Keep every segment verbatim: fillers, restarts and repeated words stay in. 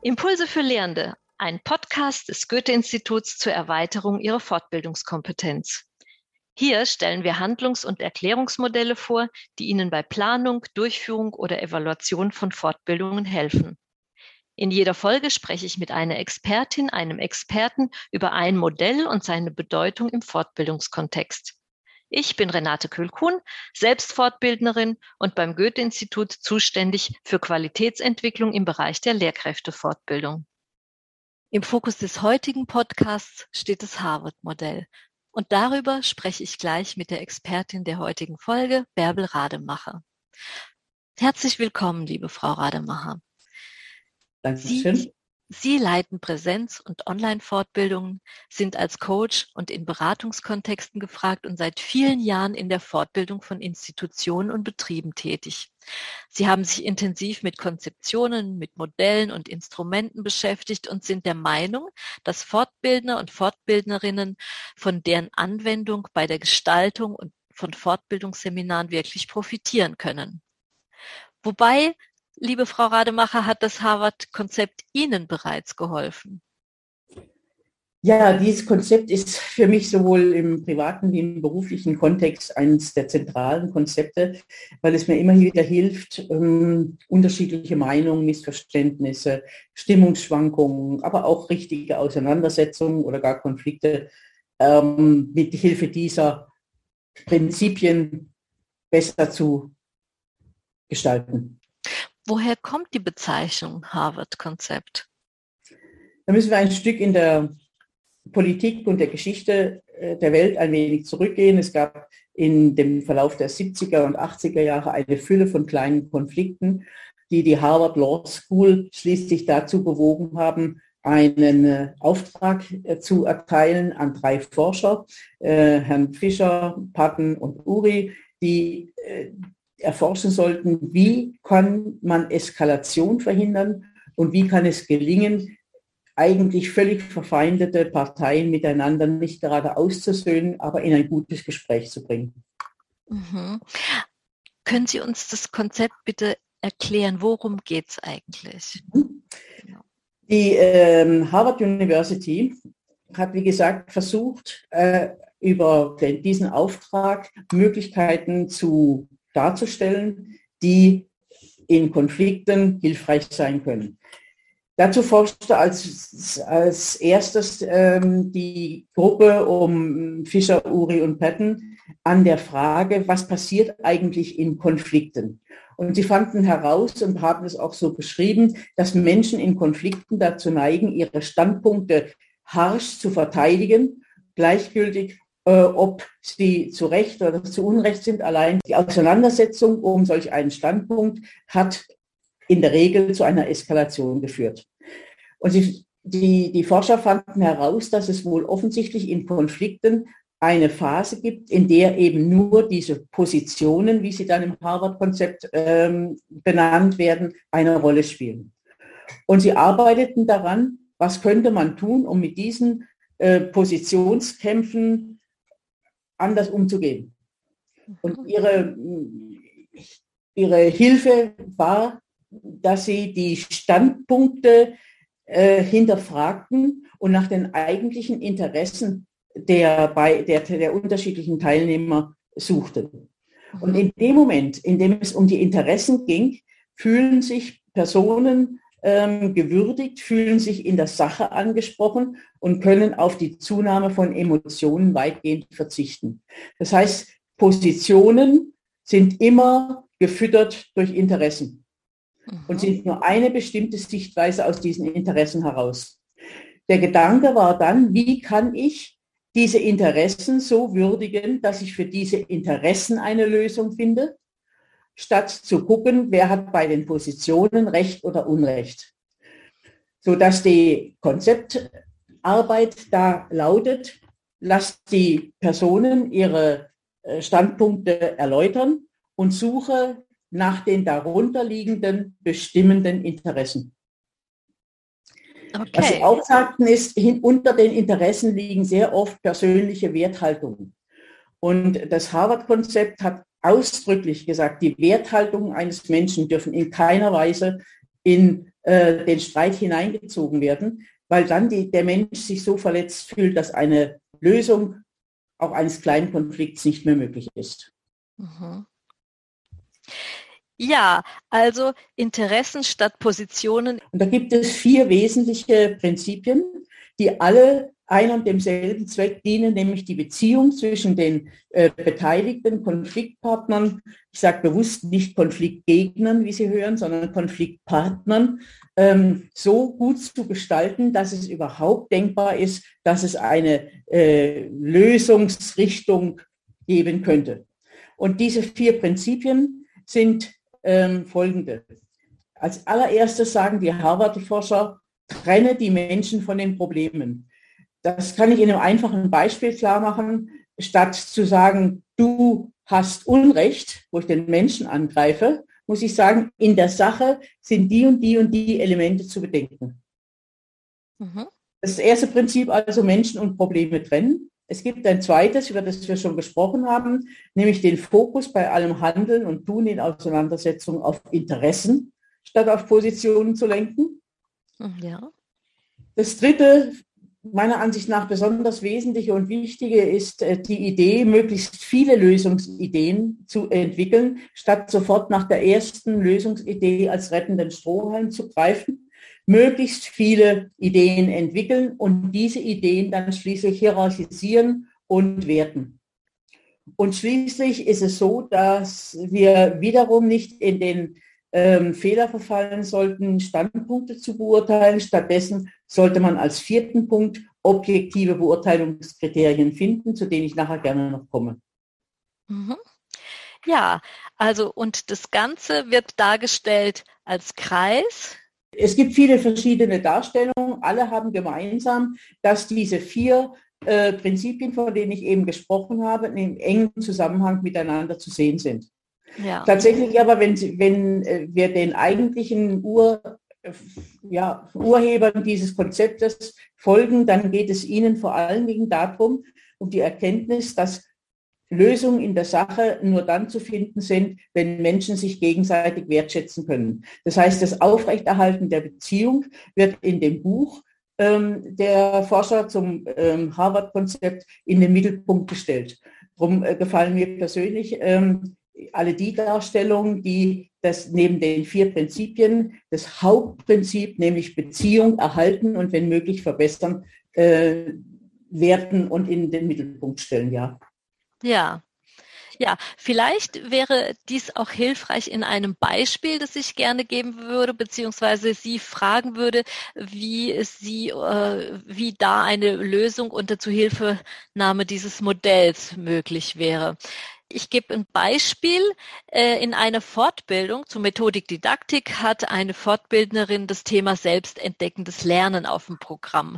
Impulse für Lehrende, ein Podcast des Goethe-Instituts zur Erweiterung ihrer Fortbildungskompetenz. Hier stellen wir Handlungs- und Erklärungsmodelle vor, die Ihnen bei Planung, Durchführung oder Evaluation von Fortbildungen helfen. In jeder Folge spreche ich mit einer Expertin, einem Experten über ein Modell und seine Bedeutung im Fortbildungskontext. Ich bin Renate Kühl-Kuhn, selbst Fortbildnerin und beim Goethe-Institut zuständig für Qualitätsentwicklung im Bereich der Lehrkräftefortbildung. Im Fokus des heutigen Podcasts steht das Harvard-Modell. Und darüber spreche ich gleich mit der Expertin der heutigen Folge, Bärbel Rademacher. Herzlich willkommen, liebe Frau Rademacher. Dankeschön. Sie, Sie leiten Präsenz- und Online-Fortbildungen, sind als Coach und in Beratungskontexten gefragt und seit vielen Jahren in der Fortbildung von Institutionen und Betrieben tätig. Sie haben sich intensiv mit Konzeptionen, mit Modellen und Instrumenten beschäftigt und sind der Meinung, dass Fortbildner und Fortbildnerinnen von deren Anwendung bei der Gestaltung und von Fortbildungsseminaren wirklich profitieren können. Wobei, liebe Frau Rademacher, hat das Harvard-Konzept Ihnen bereits geholfen? Ja, dieses Konzept ist für mich sowohl im privaten wie im beruflichen Kontext eines der zentralen Konzepte, weil es mir immer wieder hilft, ähm, unterschiedliche Meinungen, Missverständnisse, Stimmungsschwankungen, aber auch richtige Auseinandersetzungen oder gar Konflikte ähm, mit Hilfe dieser Prinzipien besser zu gestalten. Woher kommt die Bezeichnung Harvard-Konzept? Da müssen wir ein Stück in der Politik und der Geschichte der Welt ein wenig zurückgehen. Es gab in dem Verlauf der siebziger und achtziger Jahre eine Fülle von kleinen Konflikten, die die Harvard Law School schließlich dazu bewogen haben, einen Auftrag zu erteilen an drei Forscher, Herrn Fisher, Patton und Urey, die erforschen sollten, wie kann man Eskalation verhindern und wie kann es gelingen, eigentlich völlig verfeindete Parteien miteinander nicht gerade auszusöhnen, aber in ein gutes Gespräch zu bringen. Mhm. Können Sie uns das Konzept bitte erklären? Worum geht es eigentlich? Mhm. Die ähm, Harvard University hat, wie gesagt, versucht, äh, über den, diesen Auftrag Möglichkeiten zu darzustellen, die in Konflikten hilfreich sein können. Dazu forschte als, als erstes ähm, die Gruppe um Fisher, Urey und Patton an der Frage, was passiert eigentlich in Konflikten? Und sie fanden heraus und haben es auch so beschrieben, dass Menschen in Konflikten dazu neigen, ihre Standpunkte harsch zu verteidigen, gleichgültig, äh, ob sie zu Recht oder zu Unrecht sind. Allein die Auseinandersetzung um solch einen Standpunkt hat in der Regel zu einer Eskalation geführt. Und die, die, die Forscher fanden heraus, dass es wohl offensichtlich in Konflikten eine Phase gibt, in der eben nur diese Positionen, wie sie dann im Harvard-Konzept ähm, benannt werden, eine Rolle spielen. Und sie arbeiteten daran, was könnte man tun, um mit diesen äh, Positionskämpfen anders umzugehen. Und ihre, ihre Hilfe war, dass sie die Standpunkte äh, hinterfragten und nach den eigentlichen Interessen der, bei, der, der unterschiedlichen Teilnehmer suchten. Und in dem Moment, in dem es um die Interessen ging, fühlen sich Personen ähm, gewürdigt, fühlen sich in der Sache angesprochen und können auf die Zunahme von Emotionen weitgehend verzichten. Das heißt, Positionen sind immer gefüttert durch Interessen und sind nur eine bestimmte Sichtweise aus diesen Interessen heraus. Der Gedanke war dann, wie kann ich diese Interessen so würdigen, dass ich für diese Interessen eine Lösung finde, statt zu gucken, wer hat bei den Positionen Recht oder Unrecht. Sodass die Konzeptarbeit da lautet, lasst die Personen ihre Standpunkte erläutern und suche nach den darunterliegenden bestimmenden Interessen. Okay. Was Sie auch sagten, ist, unter den Interessen liegen sehr oft persönliche Werthaltungen. Und das Harvard-Konzept hat ausdrücklich gesagt, die Werthaltungen eines Menschen dürfen in keiner Weise in äh, den Streit hineingezogen werden, weil dann die, der Mensch sich so verletzt fühlt, dass eine Lösung auch eines kleinen Konflikts nicht mehr möglich ist. Mhm. Ja, also Interessen statt Positionen. Und da gibt es vier wesentliche Prinzipien, die alle ein und demselben Zweck dienen, nämlich die Beziehung zwischen den äh, beteiligten Konfliktpartnern, ich sage bewusst nicht Konfliktgegnern, wie Sie hören, sondern Konfliktpartnern, ähm, so gut zu gestalten, dass es überhaupt denkbar ist, dass es eine äh, Lösungsrichtung geben könnte. Und diese vier Prinzipien sind ähm, folgende. Als allererstes sagen die Harvard-Forscher, trenne die Menschen von den Problemen. Das kann ich in einem einfachen Beispiel klar machen. Statt zu sagen, du hast Unrecht, wo ich den Menschen angreife, muss ich sagen, in der Sache sind die und die und die Elemente zu bedenken. Mhm. Das erste Prinzip also Menschen und Probleme trennen. Es gibt ein zweites, über das wir schon gesprochen haben, nämlich den Fokus bei allem Handeln und Tun in Auseinandersetzung auf Interessen statt auf Positionen zu lenken. Ja. Das dritte, meiner Ansicht nach besonders wesentliche und wichtige, ist die Idee, möglichst viele Lösungsideen zu entwickeln, statt sofort nach der ersten Lösungsidee als rettenden Strohhalm zu greifen. Möglichst viele Ideen entwickeln und diese Ideen dann schließlich hierarchisieren und werten. Und schließlich ist es so, dass wir wiederum nicht in den ähm, Fehler verfallen sollten, Standpunkte zu beurteilen. Stattdessen sollte man als vierten Punkt objektive Beurteilungskriterien finden, zu denen ich nachher gerne noch komme. Mhm. Ja, also und das Ganze wird dargestellt als Kreis. Es gibt viele verschiedene Darstellungen. Alle haben gemeinsam, dass diese vier äh, Prinzipien, von denen ich eben gesprochen habe, in engem Zusammenhang miteinander zu sehen sind. Ja. Tatsächlich aber, wenn, Sie, wenn äh, wir den eigentlichen Ur, äh, ja, Urhebern dieses Konzeptes folgen, dann geht es Ihnen vor allen Dingen darum, um die Erkenntnis, dass Lösungen in der Sache nur dann zu finden sind, wenn Menschen sich gegenseitig wertschätzen können. Das heißt, das Aufrechterhalten der Beziehung wird in dem Buch ähm, der Forscher zum ähm, Harvard-Konzept in den Mittelpunkt gestellt. Darum äh, gefallen mir persönlich ähm, alle die Darstellungen, die das neben den vier Prinzipien das Hauptprinzip, nämlich Beziehung erhalten und wenn möglich verbessern, äh, werten und in den Mittelpunkt stellen, ja. Ja, ja, vielleicht wäre dies auch hilfreich in einem Beispiel, das ich gerne geben würde, beziehungsweise Sie fragen würde, wie Sie, äh, wie da eine Lösung unter Zuhilfenahme dieses Modells möglich wäre. Ich gebe ein Beispiel. In einer Fortbildung zur Methodik Didaktik hat eine Fortbildnerin das Thema selbstentdeckendes Lernen auf dem Programm.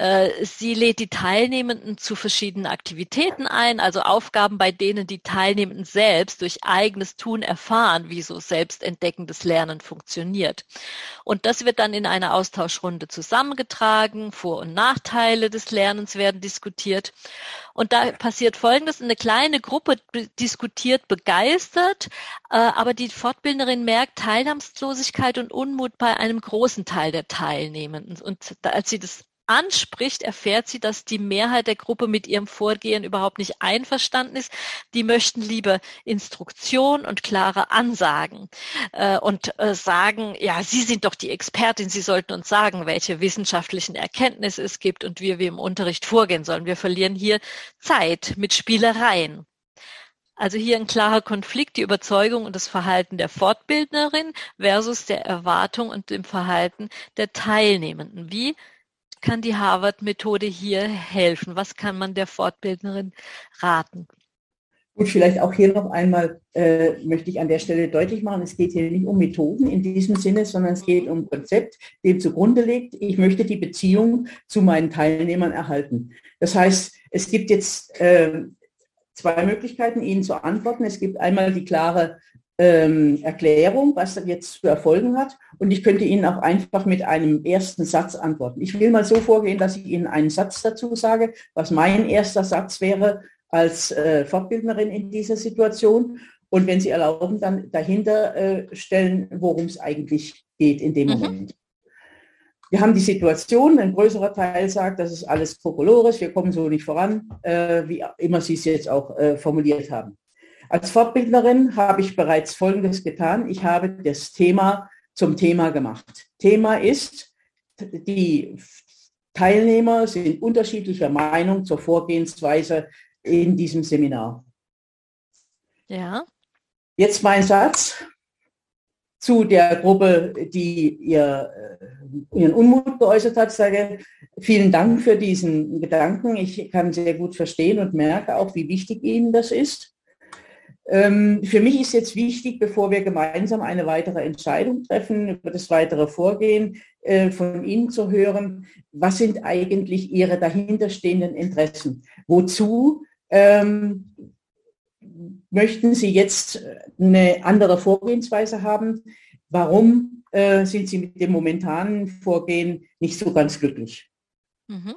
Sie lädt die Teilnehmenden zu verschiedenen Aktivitäten ein, also Aufgaben, bei denen die Teilnehmenden selbst durch eigenes Tun erfahren, wie so selbstentdeckendes Lernen funktioniert. Und das wird dann in einer Austauschrunde zusammengetragen. Vor- und Nachteile des Lernens werden diskutiert. Und da passiert Folgendes: Eine kleine Gruppe diskutiert begeistert, äh, aber die Fortbildnerin merkt Teilnahmslosigkeit und Unmut bei einem großen Teil der Teilnehmenden. Und da, als sie das anspricht, erfährt sie, dass die Mehrheit der Gruppe mit ihrem Vorgehen überhaupt nicht einverstanden ist. Die möchten lieber Instruktion und klare Ansagen äh, und äh, sagen, ja, Sie sind doch die Expertin, Sie sollten uns sagen, welche wissenschaftlichen Erkenntnisse es gibt und wie wir im Unterricht vorgehen sollen. Wir verlieren hier Zeit mit Spielereien. Also hier ein klarer Konflikt, die Überzeugung und das Verhalten der Fortbildnerin versus der Erwartung und dem Verhalten der Teilnehmenden. Wie kann die Harvard-Methode hier helfen? Was kann man der Fortbildnerin raten? Gut, vielleicht auch hier noch einmal äh, möchte ich an der Stelle deutlich machen, es geht hier nicht um Methoden in diesem Sinne, sondern es geht um ein Konzept, dem zugrunde liegt, ich möchte die Beziehung zu meinen Teilnehmern erhalten. Das heißt, es gibt jetzt äh, zwei Möglichkeiten, Ihnen zu antworten. Es gibt einmal die klare ähm, Erklärung, was das jetzt zu erfolgen hat. Und ich könnte Ihnen auch einfach mit einem ersten Satz antworten. Ich will mal so vorgehen, dass ich Ihnen einen Satz dazu sage, was mein erster Satz wäre als äh, Fortbildnerin in dieser Situation. und wenn Sie erlauben, dann dahinter äh, stellen, worum es eigentlich geht in dem mhm. Moment. Wir haben die Situation, ein größerer Teil sagt, das ist alles Kokolores, wir kommen so nicht voran, äh, wie immer Sie es jetzt auch äh, formuliert haben. Als Fortbildnerin habe ich bereits Folgendes getan. Ich habe das Thema zum Thema gemacht. Thema ist, die Teilnehmer sind unterschiedlicher Meinung zur Vorgehensweise in diesem Seminar. Ja. Jetzt mein Satz zu der Gruppe, die ihr, ihren Unmut geäußert hat. Ich sage, vielen Dank für diesen Gedanken. Ich kann sehr gut verstehen und merke auch, wie wichtig Ihnen das ist. Ähm, für mich ist jetzt wichtig, bevor wir gemeinsam eine weitere Entscheidung treffen über das weitere Vorgehen, äh, von Ihnen zu hören, was sind eigentlich Ihre dahinterstehenden Interessen? Wozu ähm, möchten Sie jetzt eine andere Vorgehensweise haben? Warum äh, sind Sie mit dem momentanen Vorgehen nicht so ganz glücklich? Mhm.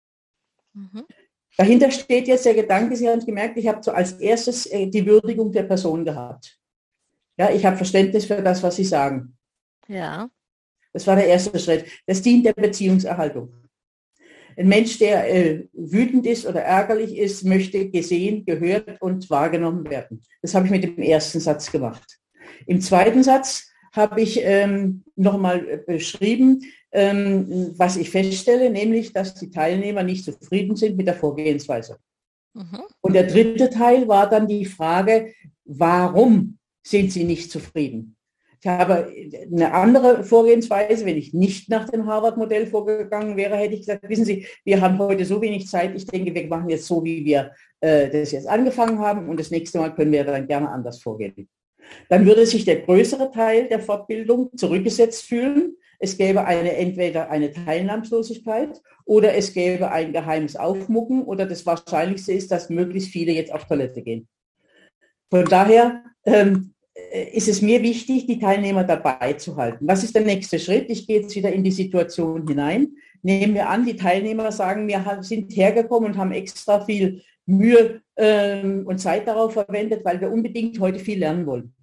Mhm. Dahinter steht jetzt der Gedanke, Sie haben gemerkt, ich habe so als erstes äh, die Würdigung der Person gehabt. Ja, ich habe Verständnis für das, was Sie sagen. Ja. Das war der erste Schritt. Das dient der Beziehungserhaltung. Ein Mensch, der äh, wütend ist oder ärgerlich ist, möchte gesehen, gehört und wahrgenommen werden. Das habe ich mit dem ersten Satz gemacht. Im zweiten Satz habe ich ähm, nochmal beschrieben, ähm, was ich feststelle, nämlich, dass die Teilnehmer nicht zufrieden sind mit der Vorgehensweise. Mhm. Und der dritte Teil war dann die Frage, warum sind sie nicht zufrieden? Ich habe eine andere Vorgehensweise. Wenn ich nicht nach dem Harvard-Modell vorgegangen wäre, hätte ich gesagt, wissen Sie, wir haben heute so wenig Zeit. Ich denke, wir machen jetzt so, wie wir äh, das jetzt angefangen haben. Und das nächste Mal können wir dann gerne anders vorgehen. Dann würde sich der größere Teil der Fortbildung zurückgesetzt fühlen. Es gäbe eine, entweder eine Teilnahmslosigkeit oder es gäbe ein geheimes Aufmucken oder das Wahrscheinlichste ist, dass möglichst viele jetzt auf Toilette gehen. Von daher ähm, ist es mir wichtig, die Teilnehmer dabei zu halten. Was ist der nächste Schritt? Ich gehe jetzt wieder in die Situation hinein. Nehmen wir an, die Teilnehmer sagen, wir sind hergekommen und haben extra viel Mühe ähm, und Zeit darauf verwendet, weil wir unbedingt heute viel lernen wollen.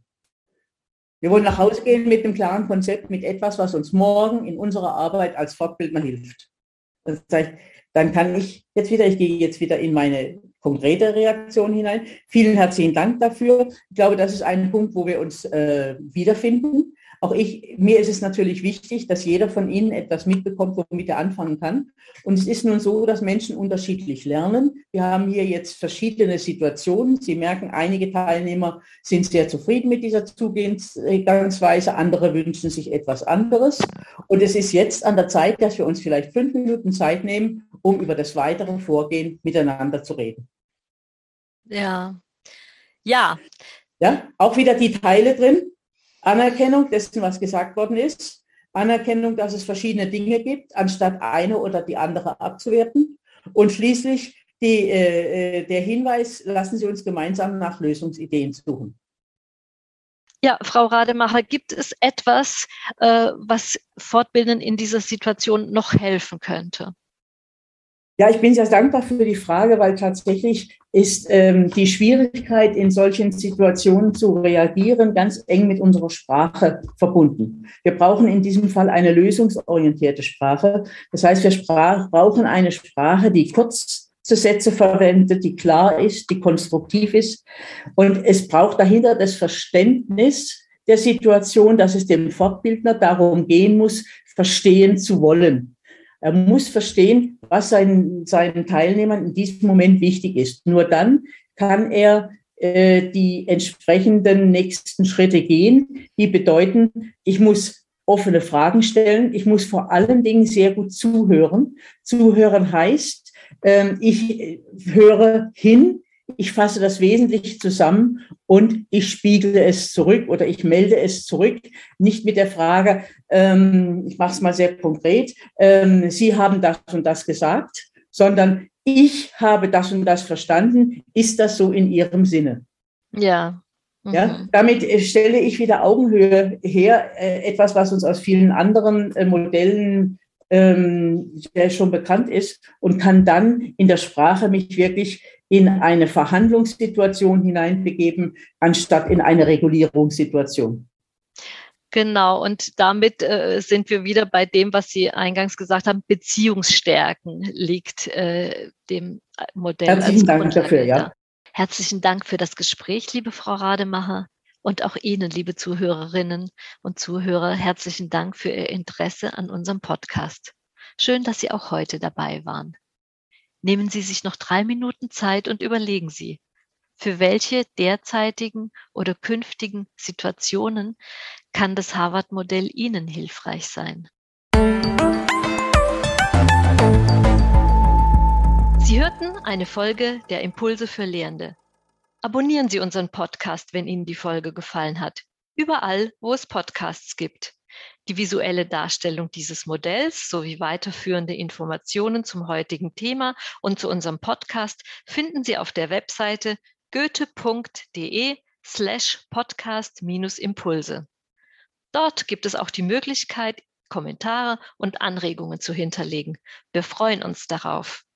Wir wollen nach Hause gehen mit einem klaren Konzept, mit etwas, was uns morgen in unserer Arbeit als Fortbildner hilft. Das heißt, dann kann ich jetzt wieder, ich gehe jetzt wieder in meine konkrete Reaktion hinein. Vielen herzlichen Dank dafür. Ich glaube, das ist ein Punkt, wo wir uns äh, wiederfinden. Auch ich, mir ist es natürlich wichtig, dass jeder von Ihnen etwas mitbekommt, womit er anfangen kann. Und es ist nun so, dass Menschen unterschiedlich lernen. Wir haben hier jetzt verschiedene Situationen. Sie merken, einige Teilnehmer sind sehr zufrieden mit dieser Zugehensweise, andere wünschen sich etwas anderes. Und es ist jetzt an der Zeit, dass wir uns vielleicht fünf Minuten Zeit nehmen, um über das weitere Vorgehen miteinander zu reden. Ja, ja. Ja, auch wieder die Teile drin. Anerkennung dessen, was gesagt worden ist. Anerkennung, dass es verschiedene Dinge gibt, anstatt eine oder die andere abzuwerten. Und schließlich die, äh, der Hinweis, lassen Sie uns gemeinsam nach Lösungsideen suchen. Ja, Frau Rademacher, gibt es etwas, äh, was Fortbildenden in dieser Situation noch helfen könnte? Ja, ich bin sehr dankbar für die Frage, weil tatsächlich ist ähm, die Schwierigkeit, in solchen Situationen zu reagieren, ganz eng mit unserer Sprache verbunden. Wir brauchen in diesem Fall eine lösungsorientierte Sprache. Das heißt, wir sprach, brauchen eine Sprache, die kurze Sätze verwendet, die klar ist, die konstruktiv ist. Und es braucht dahinter das Verständnis der Situation, dass es dem Fortbildner darum gehen muss, verstehen zu wollen. Er muss verstehen, was seinen, seinen Teilnehmern in diesem Moment wichtig ist. Nur dann kann er äh, die entsprechenden nächsten Schritte gehen, die bedeuten, ich muss offene Fragen stellen, ich muss vor allen Dingen sehr gut zuhören. Zuhören heißt, äh, ich höre hin, ich fasse das Wesentliche zusammen und ich spiegle es zurück oder ich melde es zurück. Nicht mit der Frage, ähm, ich mache es mal sehr konkret, ähm, Sie haben das und das gesagt, sondern ich habe das und das verstanden. Ist das so in Ihrem Sinne? Ja. Mhm. Ja, damit stelle ich wieder Augenhöhe her, äh, etwas, was uns aus vielen anderen äh, Modellen ähm, der schon bekannt ist und kann dann in der Sprache mich wirklich in eine Verhandlungssituation hineinbegeben, anstatt in eine Regulierungssituation. Genau, und damit äh, sind wir wieder bei dem, was Sie eingangs gesagt haben, Beziehungsstärken liegt äh, dem Modell Herzlichen als Dank Grundlage dafür, ja. da. Herzlichen Dank für das Gespräch, liebe Frau Rademacher, und auch Ihnen, liebe Zuhörerinnen und Zuhörer, herzlichen Dank für Ihr Interesse an unserem Podcast. Schön, dass Sie auch heute dabei waren. Nehmen Sie sich noch drei Minuten Zeit und überlegen Sie, für welche derzeitigen oder künftigen Situationen kann das Harvard-Modell Ihnen hilfreich sein? Sie hörten eine Folge der Impulse für Lehrende. Abonnieren Sie unseren Podcast, wenn Ihnen die Folge gefallen hat. Überall, wo es Podcasts gibt. Die visuelle Darstellung dieses Modells sowie weiterführende Informationen zum heutigen Thema und zu unserem Podcast finden Sie auf der Webseite goethe.de slash podcast minus Impulse. Dort gibt es auch die Möglichkeit, Kommentare und Anregungen zu hinterlegen. Wir freuen uns darauf.